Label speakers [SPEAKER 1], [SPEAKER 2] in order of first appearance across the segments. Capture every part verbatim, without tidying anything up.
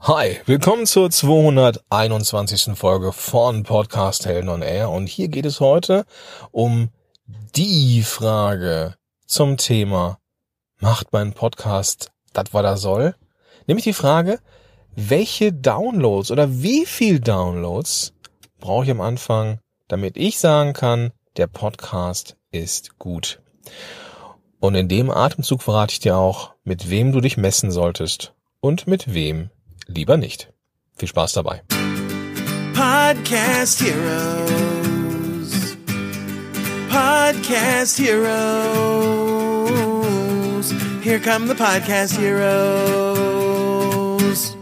[SPEAKER 1] Hi, willkommen zur zweihunderteinundzwanzigsten Folge von Podcast Helden on Air und hier geht es heute um die Frage zum Thema: Macht mein Podcast das, was er soll? Nämlich die Frage, welche Downloads oder wie viel Downloads brauche ich am Anfang, damit ich sagen kann, der Podcast ist gut. Und in dem Atemzug verrate ich dir auch, mit wem du dich messen solltest und mit wem lieber nicht. Viel Spaß dabei.
[SPEAKER 2] Podcast Heroes. Podcast Heroes. Here come the Podcast Heroes.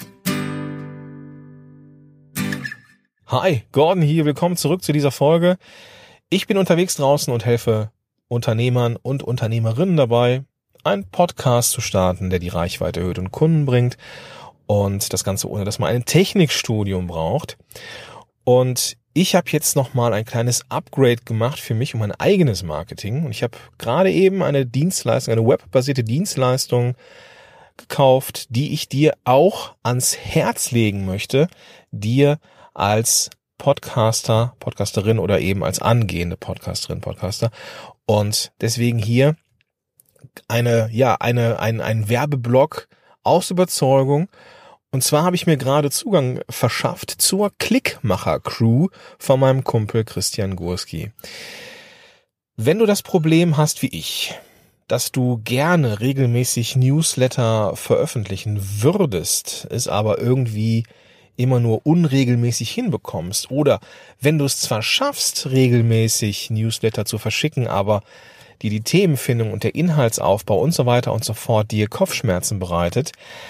[SPEAKER 1] Hi, Gordon hier. Willkommen zurück zu dieser Folge. Ich bin unterwegs draußen und helfe Unternehmern und Unternehmerinnen dabei, einen Podcast zu starten, der die Reichweite erhöht und Kunden bringt. Und das Ganze ohne, dass man ein Technikstudium braucht. Und ich habe jetzt nochmal ein kleines Upgrade gemacht für mich und mein eigenes Marketing. Und ich habe gerade eben eine Dienstleistung, eine webbasierte Dienstleistung gekauft, die ich dir auch ans Herz legen möchte, dir als Podcaster, Podcasterin oder eben als angehende Podcasterin, Podcaster. Und deswegen hier eine, ja, eine, ein, ein Werbeblock aus Überzeugung. Und zwar habe ich mir gerade Zugang verschafft zur Klickmacher-Crew von meinem Kumpel Christian Gurski. Wenn du das Problem hast wie ich, dass du gerne regelmäßig Newsletter veröffentlichen würdest, es aber irgendwie immer nur unregelmäßig hinbekommst, oder wenn du es zwar schaffst, regelmäßig Newsletter zu verschicken, aber die die Themenfindung und der Inhaltsaufbau und so weiter und so fort dir Kopfschmerzen bereitet,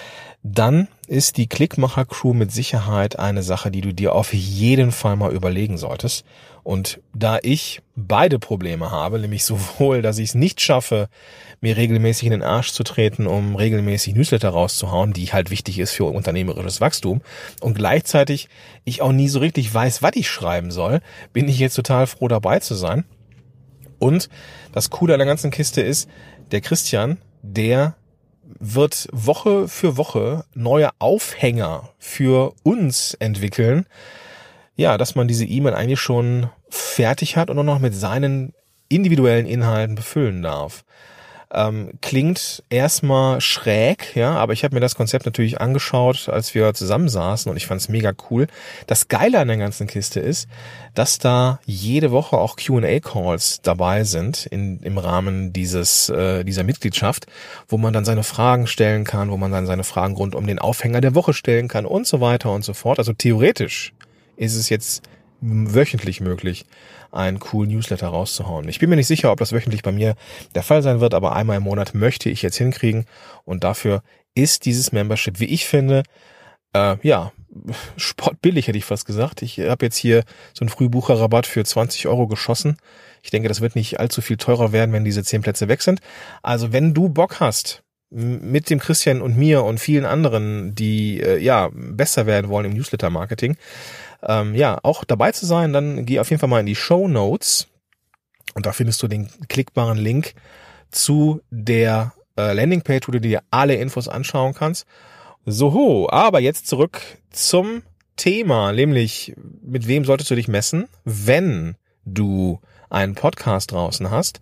[SPEAKER 1] dann ist die Klickmacher-Crew mit Sicherheit eine Sache, die du dir auf jeden Fall mal überlegen solltest. Und da ich beide Probleme habe, nämlich sowohl, dass ich es nicht schaffe, mir regelmäßig in den Arsch zu treten, um regelmäßig Newsletter rauszuhauen, die halt wichtig ist für unternehmerisches Wachstum, und gleichzeitig ich auch nie so richtig weiß, was ich schreiben soll, bin ich jetzt total froh, dabei zu sein. Und das Coole an der ganzen Kiste ist, der Christian, der wird Woche für Woche neue Aufhänger für uns entwickeln. Ja, dass man diese E-Mail eigentlich schon fertig hat und nur noch mit seinen individuellen Inhalten befüllen darf. Ähm, klingt erstmal schräg, ja, aber ich habe mir das Konzept natürlich angeschaut, als wir zusammensaßen, und ich fand es mega cool. Das Geile an der ganzen Kiste ist, dass da jede Woche auch Q and A-Calls dabei sind in, im Rahmen dieses äh, dieser Mitgliedschaft, wo man dann seine Fragen stellen kann, wo man dann seine Fragen rund um den Aufhänger der Woche stellen kann und so weiter und so fort. Also theoretisch ist es jetzt wöchentlich möglich, einen coolen Newsletter rauszuhauen. Ich bin mir nicht sicher, ob das wöchentlich bei mir der Fall sein wird, aber einmal im Monat möchte ich jetzt hinkriegen, und dafür ist dieses Membership, wie ich finde, äh, ja, spottbillig, hätte ich fast gesagt. Ich habe jetzt hier so einen Frühbucherrabatt für zwanzig Euro geschossen. Ich denke, das wird nicht allzu viel teurer werden, wenn diese zehn Plätze weg sind. Also wenn du Bock hast, mit dem Christian und mir und vielen anderen, die äh, ja besser werden wollen im Newsletter-Marketing, ähm, ja, auch dabei zu sein, dann geh auf jeden Fall mal in die Shownotes, und da findest du den klickbaren Link zu der äh, Landingpage, wo du dir alle Infos anschauen kannst. So, aber jetzt zurück zum Thema, nämlich mit wem solltest du dich messen, wenn du einen Podcast draußen hast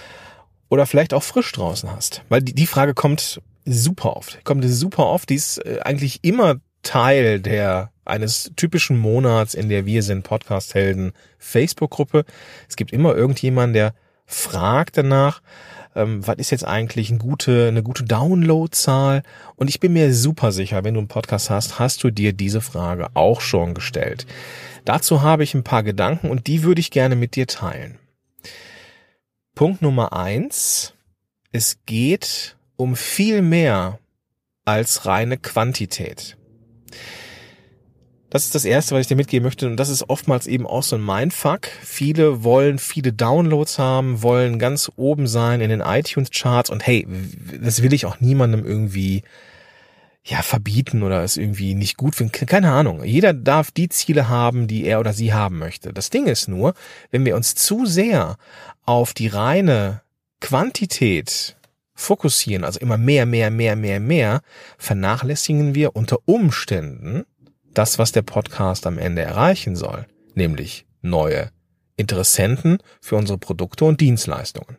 [SPEAKER 1] oder vielleicht auch frisch draußen hast. Weil die, die Frage kommt super oft, kommt super oft, die ist äh, eigentlich immer Teil der eines typischen Monats, in der wir sind Podcast-Helden Facebook-Gruppe. Es gibt immer irgendjemanden, der fragt danach, ähm, was ist jetzt eigentlich eine gute, eine gute Download-Zahl? Und ich bin mir super sicher, wenn du einen Podcast hast, hast du dir diese Frage auch schon gestellt. Dazu habe ich ein paar Gedanken und die würde ich gerne mit dir teilen. Punkt Nummer eins: Es geht um viel mehr als reine Quantität. Das ist das Erste, was ich dir mitgeben möchte, und das ist oftmals eben auch so ein Mindfuck. Viele wollen viele Downloads haben, wollen ganz oben sein in den iTunes-Charts, und hey, das will ich auch niemandem irgendwie ja verbieten oder es irgendwie nicht gut finden. Keine Ahnung. Jeder darf die Ziele haben, die er oder sie haben möchte. Das Ding ist nur, wenn wir uns zu sehr auf die reine Quantität fokussieren, also immer mehr, mehr, mehr, mehr, mehr, vernachlässigen wir unter Umständen das, was der Podcast am Ende erreichen soll, nämlich neue Interessenten für unsere Produkte und Dienstleistungen.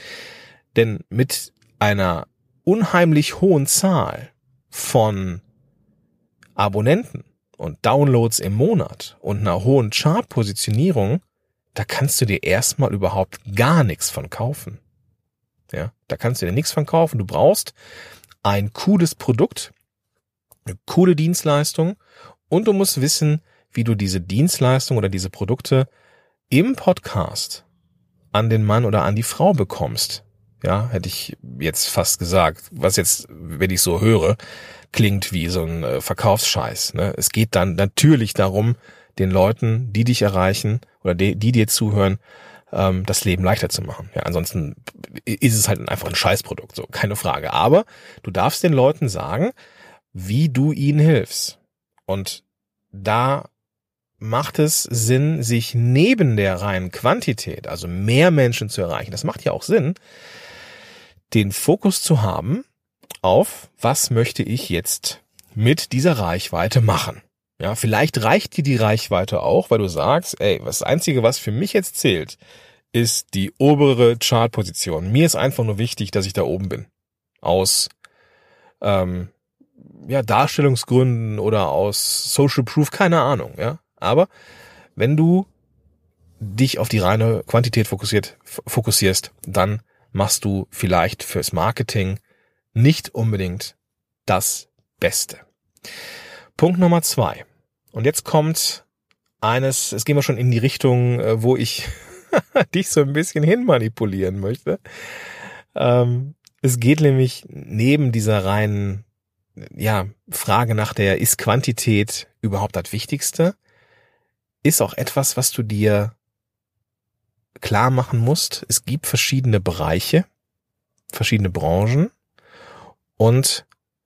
[SPEAKER 1] Denn mit einer unheimlich hohen Zahl von Abonnenten und Downloads im Monat und einer hohen Chartpositionierung, da kannst du dir erstmal überhaupt gar nichts von kaufen. Ja, da kannst du dir nichts von kaufen. Du brauchst ein cooles Produkt, eine coole Dienstleistung und du musst wissen, wie du diese Dienstleistung oder diese Produkte im Podcast an den Mann oder an die Frau bekommst. Ja, hätte ich jetzt fast gesagt, was jetzt, wenn ich so höre, klingt wie so ein äh, Verkaufsscheiß. Ne? Es geht dann natürlich darum, den Leuten, die dich erreichen oder die, die dir zuhören, ähm, das Leben leichter zu machen. Ja, ansonsten ist es halt einfach ein Scheißprodukt, so keine Frage. Aber du darfst den Leuten sagen, wie du ihnen hilfst. Und da macht es Sinn, sich neben der reinen Quantität, also mehr Menschen zu erreichen, das macht ja auch Sinn, den Fokus zu haben auf, was möchte ich jetzt mit dieser Reichweite machen. Ja, vielleicht reicht dir die Reichweite auch, weil du sagst, ey, das Einzige, was für mich jetzt zählt, ist die obere Chartposition. Mir ist einfach nur wichtig, dass ich da oben bin. Aus ähm, ja, Darstellungsgründen oder aus Social Proof, keine Ahnung. Ja, aber wenn du dich auf die reine Quantität fokussiert, fokussierst, dann machst du vielleicht fürs Marketing nicht unbedingt das Beste. Punkt Nummer zwei. Und jetzt kommt eines, jetzt gehen wir schon in die Richtung, wo ich dich so ein bisschen hin manipulieren möchte. Ähm, es geht nämlich neben dieser reinen, ja, Frage nach der, ist Quantität überhaupt das Wichtigste, ist auch etwas, was du dir klar machen musst. Es gibt verschiedene Bereiche, verschiedene Branchen und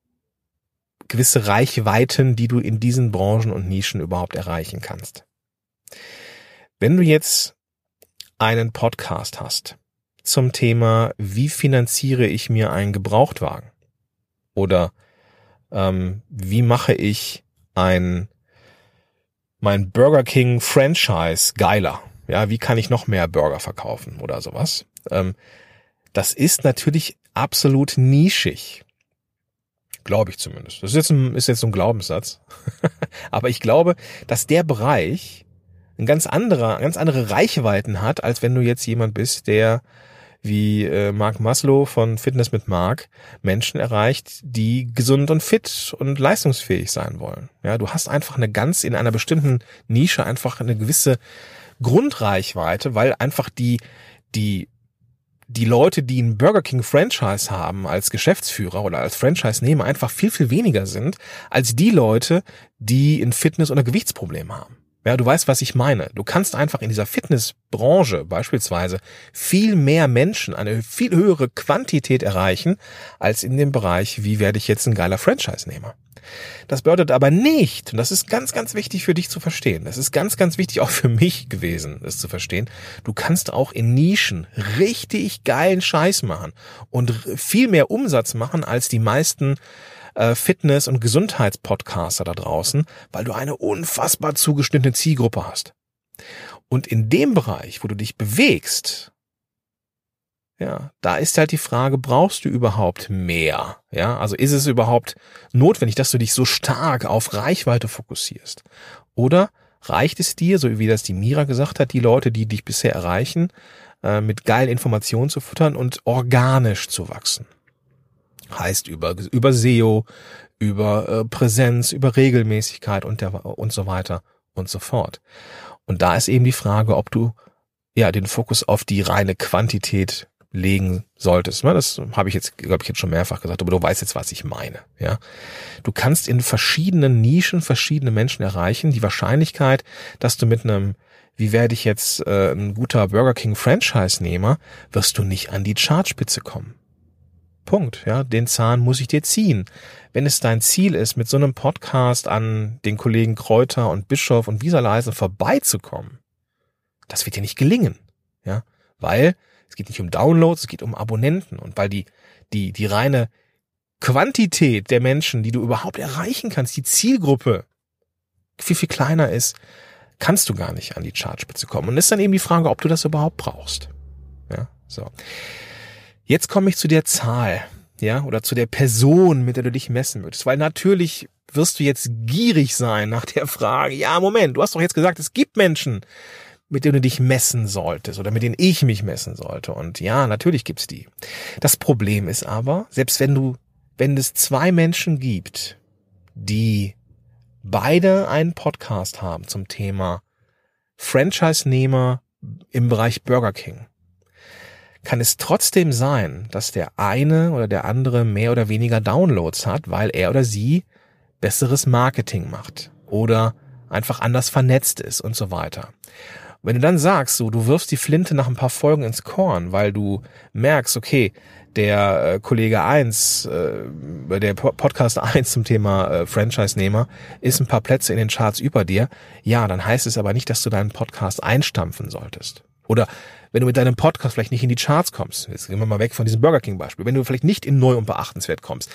[SPEAKER 1] gewisse Reichweiten, die du in diesen Branchen und Nischen überhaupt erreichen kannst. Wenn du jetzt einen Podcast hast zum Thema, wie finanziere ich mir einen Gebrauchtwagen? Oder ähm, wie mache ich ein mein Burger King Franchise geiler? Ja, wie kann ich noch mehr Burger verkaufen oder sowas? Ähm, das ist natürlich absolut nischig. Glaube ich zumindest. Das ist jetzt ein, ist jetzt so ein Glaubenssatz. Aber ich glaube, dass der Bereich ein ganz anderer, ganz andere Reichweiten hat, als wenn du jetzt jemand bist, der wie äh, Mark Maslow von Fitness mit Mark Menschen erreicht, die gesund und fit und leistungsfähig sein wollen. Ja, du hast einfach eine ganz in einer bestimmten Nische einfach eine gewisse Grundreichweite, weil einfach die die die Leute, die ein Burger King Franchise haben als Geschäftsführer oder als Franchise-Nehmer, einfach viel, viel weniger sind als die Leute, die ein Fitness- oder Gewichtsproblem haben. Ja, du weißt, was ich meine. Du kannst einfach in dieser Fitnessbranche beispielsweise viel mehr Menschen, eine viel höhere Quantität erreichen, als in dem Bereich, wie werde ich jetzt ein geiler Franchise-Nehmer. Das bedeutet aber nicht, und das ist ganz, ganz wichtig für dich zu verstehen, das ist ganz, ganz wichtig auch für mich gewesen, das zu verstehen, du kannst auch in Nischen richtig geilen Scheiß machen und viel mehr Umsatz machen als die meisten äh, Fitness- und Gesundheitspodcaster da draußen, weil du eine unfassbar zugeschnittene Zielgruppe hast. Und in dem Bereich, wo du dich bewegst, ja, da ist halt die Frage, brauchst du überhaupt mehr? Ja, also ist es überhaupt notwendig, dass du dich so stark auf Reichweite fokussierst? Oder reicht es dir, so wie das die Mira gesagt hat, die Leute, die dich bisher erreichen, äh, mit geilen Informationen zu füttern und organisch zu wachsen? Heißt über, über S E O, über äh, Präsenz, über Regelmäßigkeit und der, und so weiter und so fort. Und da ist eben die Frage, ob du, ja, den Fokus auf die reine Quantität legen solltest. Das habe ich jetzt, glaube ich, jetzt schon mehrfach gesagt, aber du weißt jetzt, was ich meine. Ja, du kannst in verschiedenen Nischen verschiedene Menschen erreichen. Die Wahrscheinlichkeit, dass du mit einem, wie werde ich jetzt äh, ein guter Burger King Franchise-Nehmer, wirst du nicht an die Chartspitze kommen. Punkt. Ja, den Zahn muss ich dir ziehen. Wenn es dein Ziel ist, mit so einem Podcast an den Kollegen Kräuter und Bischof und Wieserleisen vorbeizukommen, das wird dir nicht gelingen. Ja, weil es geht nicht um Downloads, es geht um Abonnenten. Und weil die die, die reine Quantität der Menschen, die du überhaupt erreichen kannst, die Zielgruppe viel, viel kleiner ist, kannst du gar nicht an die Chartspitze kommen. Und ist dann eben die Frage, ob du das überhaupt brauchst. Ja, so. Jetzt komme ich zu der Zahl, ja, oder zu der Person, mit der du dich messen würdest. Weil natürlich wirst du jetzt gierig sein nach der Frage, ja, Moment, du hast doch jetzt gesagt, es gibt Menschen, mit denen du dich messen solltest oder mit denen ich mich messen sollte. Und ja, natürlich gibt's die. Das Problem ist aber, selbst wenn du, wenn es zwei Menschen gibt, die beide einen Podcast haben zum Thema Franchise-Nehmer im Bereich Burger King, kann es trotzdem sein, dass der eine oder der andere mehr oder weniger Downloads hat, weil er oder sie besseres Marketing macht oder einfach anders vernetzt ist und so weiter. Wenn du dann sagst, so, du wirfst die Flinte nach ein paar Folgen ins Korn, weil du merkst, okay, der äh, Kollege eins, äh, der po- Podcast eins zum Thema äh, Franchise-Nehmer ist ein paar Plätze in den Charts über dir, ja, dann heißt es aber nicht, dass du deinen Podcast einstampfen solltest. Oder wenn du mit deinem Podcast vielleicht nicht in die Charts kommst, jetzt gehen wir mal weg von diesem Burger King-Beispiel, wenn du vielleicht nicht in neu und beachtenswert kommst.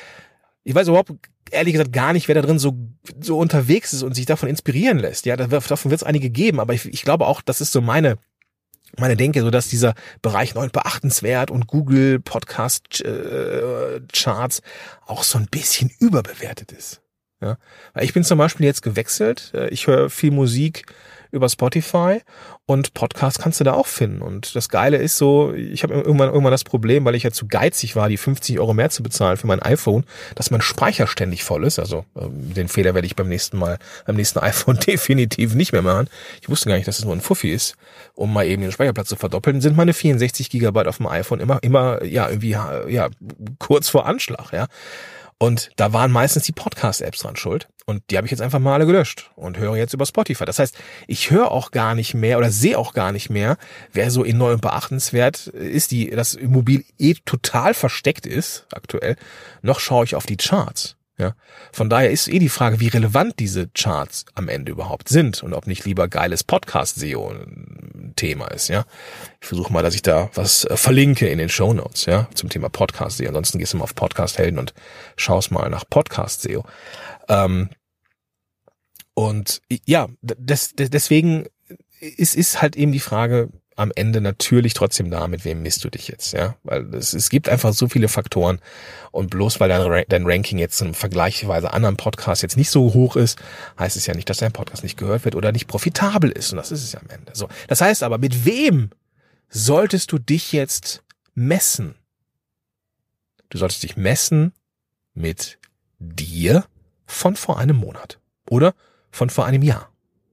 [SPEAKER 1] Ich weiß überhaupt, ehrlich gesagt, gar nicht, wer da drin so so unterwegs ist und sich davon inspirieren lässt. Ja, davon wird es einige geben, aber ich, ich glaube auch, das ist so meine meine Denke, so dass dieser Bereich neu und beachtenswert und Google Podcast äh, Charts auch so ein bisschen überbewertet ist. Ja, weil ich bin zum Beispiel jetzt gewechselt. Ich höre viel Musik über Spotify und Podcast kannst du da auch finden. Und das Geile ist so, ich habe irgendwann irgendwann das Problem, weil ich ja zu geizig war, die fünfzig Euro mehr zu bezahlen für mein iPhone, dass mein Speicher ständig voll ist. Also den Fehler werde ich beim nächsten Mal, beim nächsten iPhone definitiv nicht mehr machen. Ich wusste gar nicht, dass es nur ein Fuffi ist, um mal eben den Speicherplatz zu verdoppeln. Sind meine vierundsechzig Gigabyte auf dem iPhone immer immer ja irgendwie ja kurz vor Anschlag, ja. Und da waren meistens die Podcast-Apps dran schuld. Und die habe ich jetzt einfach mal alle gelöscht und höre jetzt über Spotify. Das heißt, ich höre auch gar nicht mehr oder sehe auch gar nicht mehr, wer so in neu und beachtenswert ist, die das Mobil eh total versteckt ist aktuell. Noch schaue ich auf die Charts. Ja, von daher ist eh die Frage, wie relevant diese Charts am Ende überhaupt sind und ob nicht lieber geiles Podcast-S E O ein Thema ist. Ja, ich versuche mal, dass ich da was äh, verlinke in den Shownotes, ja, zum Thema Podcast-S E O. Ansonsten gehst du mal auf Podcast-Helden und schaust mal nach Podcast-S E O. Ähm, und ja, das, das, deswegen ist, ist halt eben die Frage am Ende natürlich trotzdem da, mit wem misst du dich jetzt, ja, weil es, es gibt einfach so viele Faktoren und bloß weil dein, dein Ranking jetzt zu einem vergleichsweise anderen Podcast jetzt nicht so hoch ist, heißt es ja nicht, dass dein Podcast nicht gehört wird oder nicht profitabel ist und das ist es ja am Ende. So, das heißt aber, mit wem solltest du dich jetzt messen? Du solltest dich messen mit dir von vor einem Monat oder von vor einem Jahr.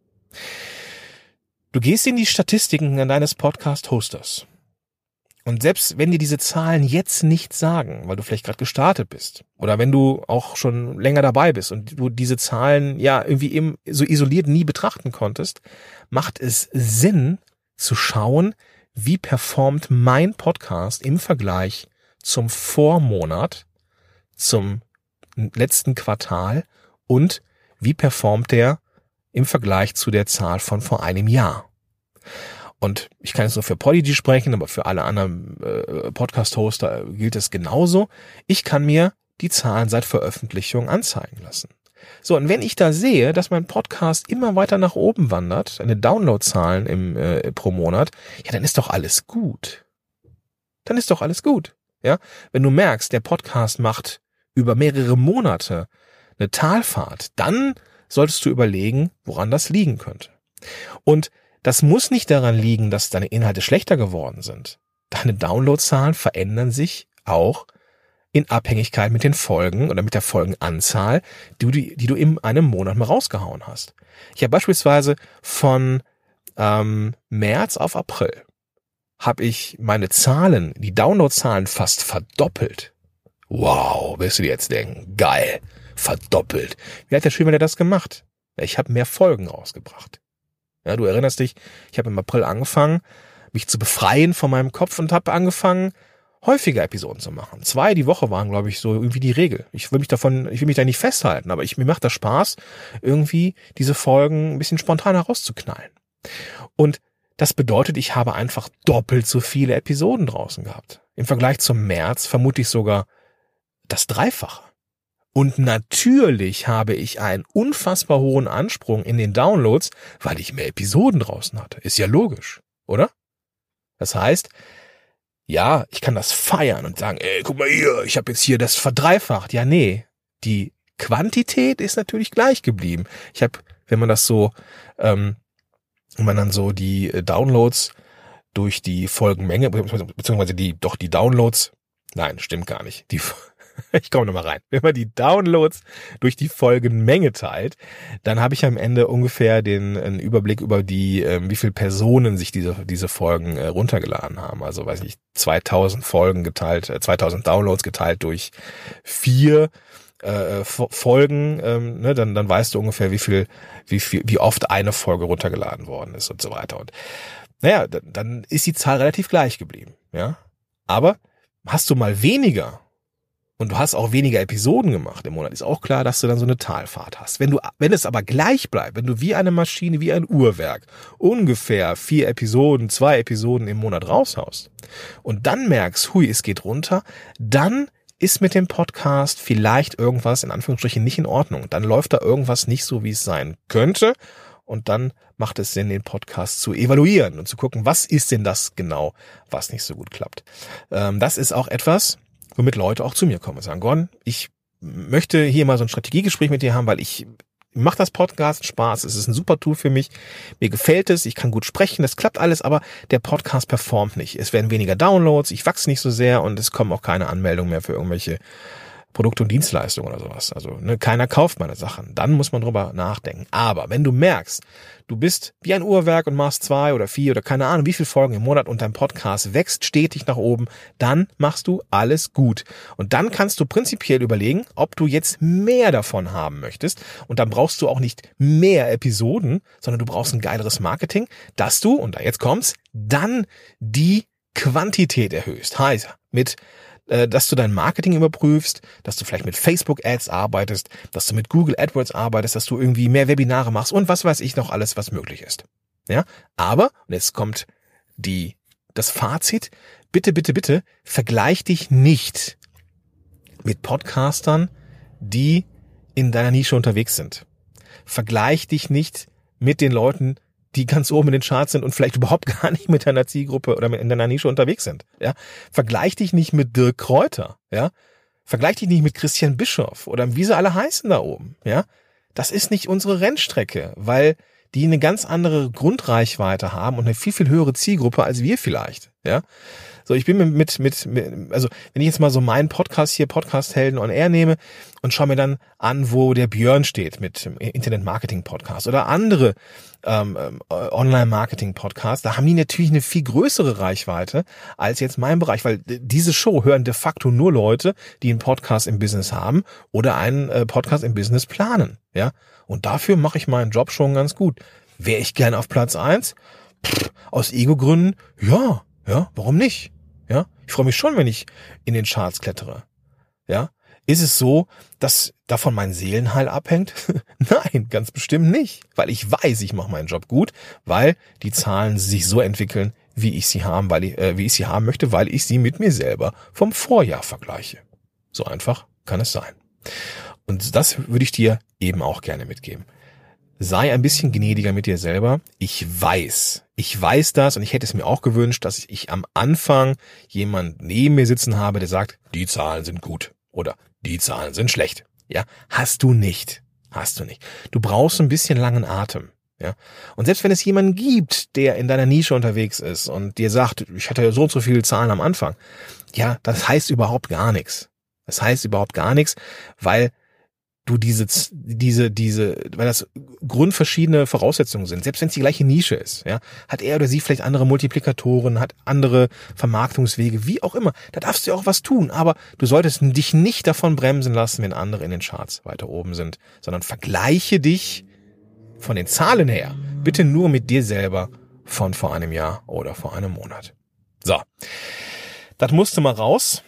[SPEAKER 1] Du gehst in die Statistiken deines Podcast-Hosters. Und selbst wenn dir diese Zahlen jetzt nicht sagen, weil du vielleicht gerade gestartet bist, oder wenn du auch schon länger dabei bist und du diese Zahlen ja irgendwie eben so isoliert nie betrachten konntest, macht es Sinn zu schauen, wie performt mein Podcast im Vergleich zum Vormonat, zum letzten Quartal und wie performt der im Vergleich zu der Zahl von vor einem Jahr. Und ich kann jetzt nur für Podigy sprechen, aber für alle anderen äh, Podcast-Hoster gilt es genauso. Ich kann mir die Zahlen seit Veröffentlichung anzeigen lassen. So, und wenn ich da sehe, dass mein Podcast immer weiter nach oben wandert, eine Downloadzahlen im äh, pro Monat, ja, dann ist doch alles gut. Dann ist doch alles gut. Ja, wenn du merkst, der Podcast macht über mehrere Monate eine Talfahrt, dann solltest du überlegen, woran das liegen könnte. Und das muss nicht daran liegen, dass deine Inhalte schlechter geworden sind. Deine Downloadzahlen verändern sich auch in Abhängigkeit mit den Folgen oder mit der Folgenanzahl, die du, die du in einem Monat mal rausgehauen hast. Ich habe beispielsweise von ähm, März auf April habe ich meine Zahlen, die Downloadzahlen fast verdoppelt. Wow, wirst du dir jetzt denken, geil. Verdoppelt. Wie hat der Schwimmer das gemacht? Ich habe mehr Folgen rausgebracht. Ja, du erinnerst dich, ich habe im April angefangen, mich zu befreien von meinem Kopf und habe angefangen, häufiger Episoden zu machen. Zwei die Woche waren, glaube ich, so irgendwie die Regel. Ich will mich davon, ich will mich da nicht festhalten, aber ich, mir macht das Spaß, irgendwie diese Folgen ein bisschen spontaner rauszuknallen. Und das bedeutet, ich habe einfach doppelt so viele Episoden draußen gehabt. Im Vergleich zum März vermutlich sogar das Dreifache. Und natürlich habe ich einen unfassbar hohen Ansprung in den Downloads, weil ich mehr Episoden draußen hatte. Ist ja logisch, oder? Das heißt, ja, ich kann das feiern und sagen, ey, guck mal hier, ich habe jetzt hier das verdreifacht. Ja, nee, die Quantität ist natürlich gleich geblieben. Ich habe, wenn man das so, ähm, wenn man dann so die Downloads durch die Folgenmenge, beziehungsweise die, doch die Downloads, nein, stimmt gar nicht, die ich komme nochmal rein. Wenn man die Downloads durch die Folgenmenge teilt, dann habe ich am Ende ungefähr den einen Überblick über die, äh, wie viele Personen sich diese diese Folgen äh, runtergeladen haben. Also weiß ich, zweitausend Folgen geteilt, äh, zweitausend Downloads geteilt durch vier äh, Folgen, ähm, ne, dann dann weißt du ungefähr, wie viel, wie viel, wie oft eine Folge runtergeladen worden ist und so weiter. Und naja, dann, dann ist die Zahl relativ gleich geblieben, ja. Aber hast du mal weniger und du hast auch weniger Episoden gemacht im Monat, ist auch klar, dass du dann so eine Talfahrt hast. Wenn du, wenn es aber gleich bleibt, wenn du wie eine Maschine, wie ein Uhrwerk ungefähr vier Episoden, zwei Episoden im Monat raushaust und dann merkst, hui, es geht runter, dann ist mit dem Podcast vielleicht irgendwas in Anführungsstrichen nicht in Ordnung. Dann läuft da irgendwas nicht so, wie es sein könnte. Und dann macht es Sinn, den Podcast zu evaluieren und zu gucken, was ist denn das genau, was nicht so gut klappt. Ähm, das ist auch etwas, womit Leute auch zu mir kommen und sagen, Gordon, ich möchte hier mal so ein Strategiegespräch mit dir haben, weil ich mache das Podcast Spaß, es ist ein super Tool für mich, mir gefällt es, ich kann gut sprechen, das klappt alles, aber der Podcast performt nicht. Es werden weniger Downloads, ich wachse nicht so sehr und es kommen auch keine Anmeldungen mehr für irgendwelche Produkte und Dienstleistungen oder sowas. Also ne, keiner kauft meine Sachen. Dann muss man drüber nachdenken. Aber wenn du merkst, du bist wie ein Uhrwerk und machst zwei oder vier oder keine Ahnung, wie viele Folgen im Monat und dein Podcast wächst stetig nach oben, dann machst du alles gut. Und dann kannst du prinzipiell überlegen, ob du jetzt mehr davon haben möchtest. Und dann brauchst du auch nicht mehr Episoden, sondern du brauchst ein geileres Marketing, dass du, und da jetzt kommt's, dann die Quantität erhöhst. Heißt, mit dass du dein Marketing überprüfst, dass du vielleicht mit Facebook-Ads arbeitest, dass du mit Google AdWords arbeitest, dass du irgendwie mehr Webinare machst und was weiß ich noch alles, was möglich ist. Ja, aber, und jetzt kommt die, das Fazit, bitte, bitte, bitte, vergleich dich nicht mit Podcastern, die in deiner Nische unterwegs sind. Vergleich dich nicht mit den Leuten, die ganz oben in den Charts sind und vielleicht überhaupt gar nicht mit deiner Zielgruppe oder in deiner Nische unterwegs sind. Ja, vergleich dich nicht mit Dirk Kräuter. Ja, vergleich dich nicht mit Christian Bischoff oder wie sie alle heißen da oben. Ja, das ist nicht unsere Rennstrecke, weil die eine ganz andere Grundreichweite haben und eine viel, viel höhere Zielgruppe als wir vielleicht. Ja, so ich bin mit, mit, mit, also wenn ich jetzt mal so meinen Podcast hier, Podcast Helden on Air nehme und schaue mir dann an, wo der Björn steht mit Internet Marketing Podcast oder andere ähm, Online Marketing Podcasts, da haben die natürlich eine viel größere Reichweite als jetzt mein Bereich, weil diese Show hören de facto nur Leute, die einen Podcast im Business haben oder einen äh, Podcast im Business planen. Ja, und dafür mache ich meinen Job schon ganz gut. Wäre ich gern auf Platz eins? Pff, aus Ego-Gründen? Ja, ja, warum nicht? Ja, ich freue mich schon, wenn ich in den Charts klettere. Ja, ist es so, dass davon mein Seelenheil abhängt? Nein, ganz bestimmt nicht, weil ich weiß, ich mache meinen Job gut, weil die Zahlen sich so entwickeln, wie ich sie haben, weil ich, äh, wie ich sie haben möchte, weil ich sie mit mir selber vom Vorjahr vergleiche. So einfach kann es sein. Und das würde ich dir eben auch gerne mitgeben. Sei ein bisschen gnädiger mit dir selber. Ich weiß, ich weiß das und ich hätte es mir auch gewünscht, dass ich am Anfang jemand neben mir sitzen habe, der sagt, die Zahlen sind gut oder die Zahlen sind schlecht. Ja, hast du nicht. Hast du nicht. Du brauchst ein bisschen langen Atem. Ja, und selbst wenn es jemanden gibt, der in deiner Nische unterwegs ist und dir sagt, ich hatte so und so viele Zahlen am Anfang. Ja, das heißt überhaupt gar nichts. Das heißt überhaupt gar nichts, weil du diese, diese, diese, weil das grundverschiedene Voraussetzungen sind, selbst wenn es die gleiche Nische ist, ja, hat er oder sie vielleicht andere Multiplikatoren, hat andere Vermarktungswege, wie auch immer, da darfst du ja auch was tun, aber du solltest dich nicht davon bremsen lassen, wenn andere in den Charts weiter oben sind, sondern vergleiche dich von den Zahlen her, bitte nur mit dir selber von vor einem Jahr oder vor einem Monat. So, das musste mal raus.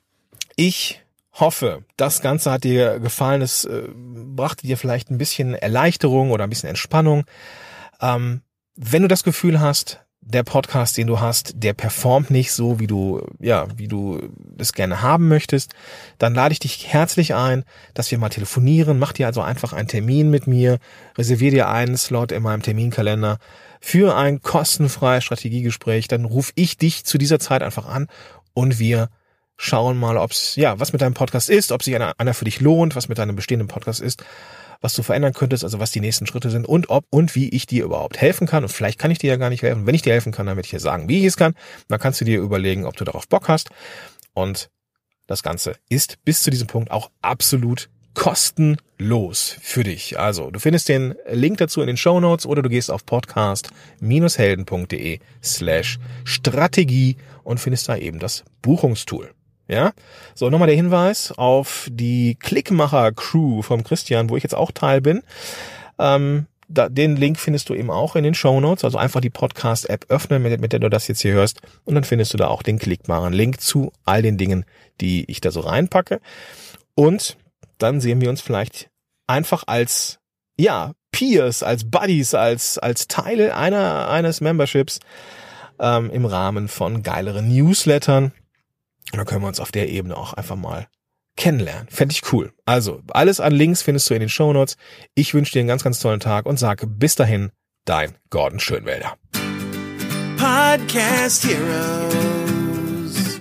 [SPEAKER 1] Ich hoffe, das Ganze hat dir gefallen, es äh, brachte dir vielleicht ein bisschen Erleichterung oder ein bisschen Entspannung. Ähm, wenn du das Gefühl hast, der Podcast, den du hast, der performt nicht so, wie du, ja, wie du es gerne haben möchtest, dann lade ich dich herzlich ein, dass wir mal telefonieren. Mach dir also einfach einen Termin mit mir, reservier dir einen Slot in meinem Terminkalender für ein kostenfreies Strategiegespräch. Dann rufe ich dich zu dieser Zeit einfach an und wir schauen mal, ob's, ja, was mit deinem Podcast ist, ob sich einer, einer für dich lohnt, was mit deinem bestehenden Podcast ist, was du verändern könntest, also was die nächsten Schritte sind und ob und wie ich dir überhaupt helfen kann. Und vielleicht kann ich dir ja gar nicht helfen. Wenn ich dir helfen kann, dann werde ich dir sagen, wie ich es kann. Dann kannst du dir überlegen, ob du darauf Bock hast. Und das Ganze ist bis zu diesem Punkt auch absolut kostenlos für dich. Also, du findest den Link dazu in den Shownotes oder du gehst auf podcast-helden.de slash Strategie und findest da eben das Buchungstool. Ja, so nochmal der Hinweis auf die Klickmacher-Crew vom Christian, wo ich jetzt auch Teil bin. Ähm, da, den Link findest du eben auch in den Shownotes, also einfach die Podcast-App öffnen, mit, mit der du das jetzt hier hörst, und dann findest du da auch den klickbaren Link zu all den Dingen, die ich da so reinpacke. Und dann sehen wir uns vielleicht einfach als, ja, Peers, als Buddies, als als Teile einer eines Memberships ähm, im Rahmen von geileren Newslettern. Und dann können wir uns auf der Ebene auch einfach mal kennenlernen. Fände ich cool. Also, alles an Links findest du in den Shownotes. Ich wünsche dir einen ganz, ganz tollen Tag und sage bis dahin, dein Gordon Schönwälder.
[SPEAKER 2] Podcast Heroes.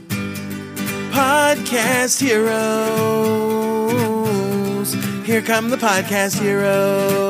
[SPEAKER 2] Podcast Heroes. Here come the Podcast Heroes.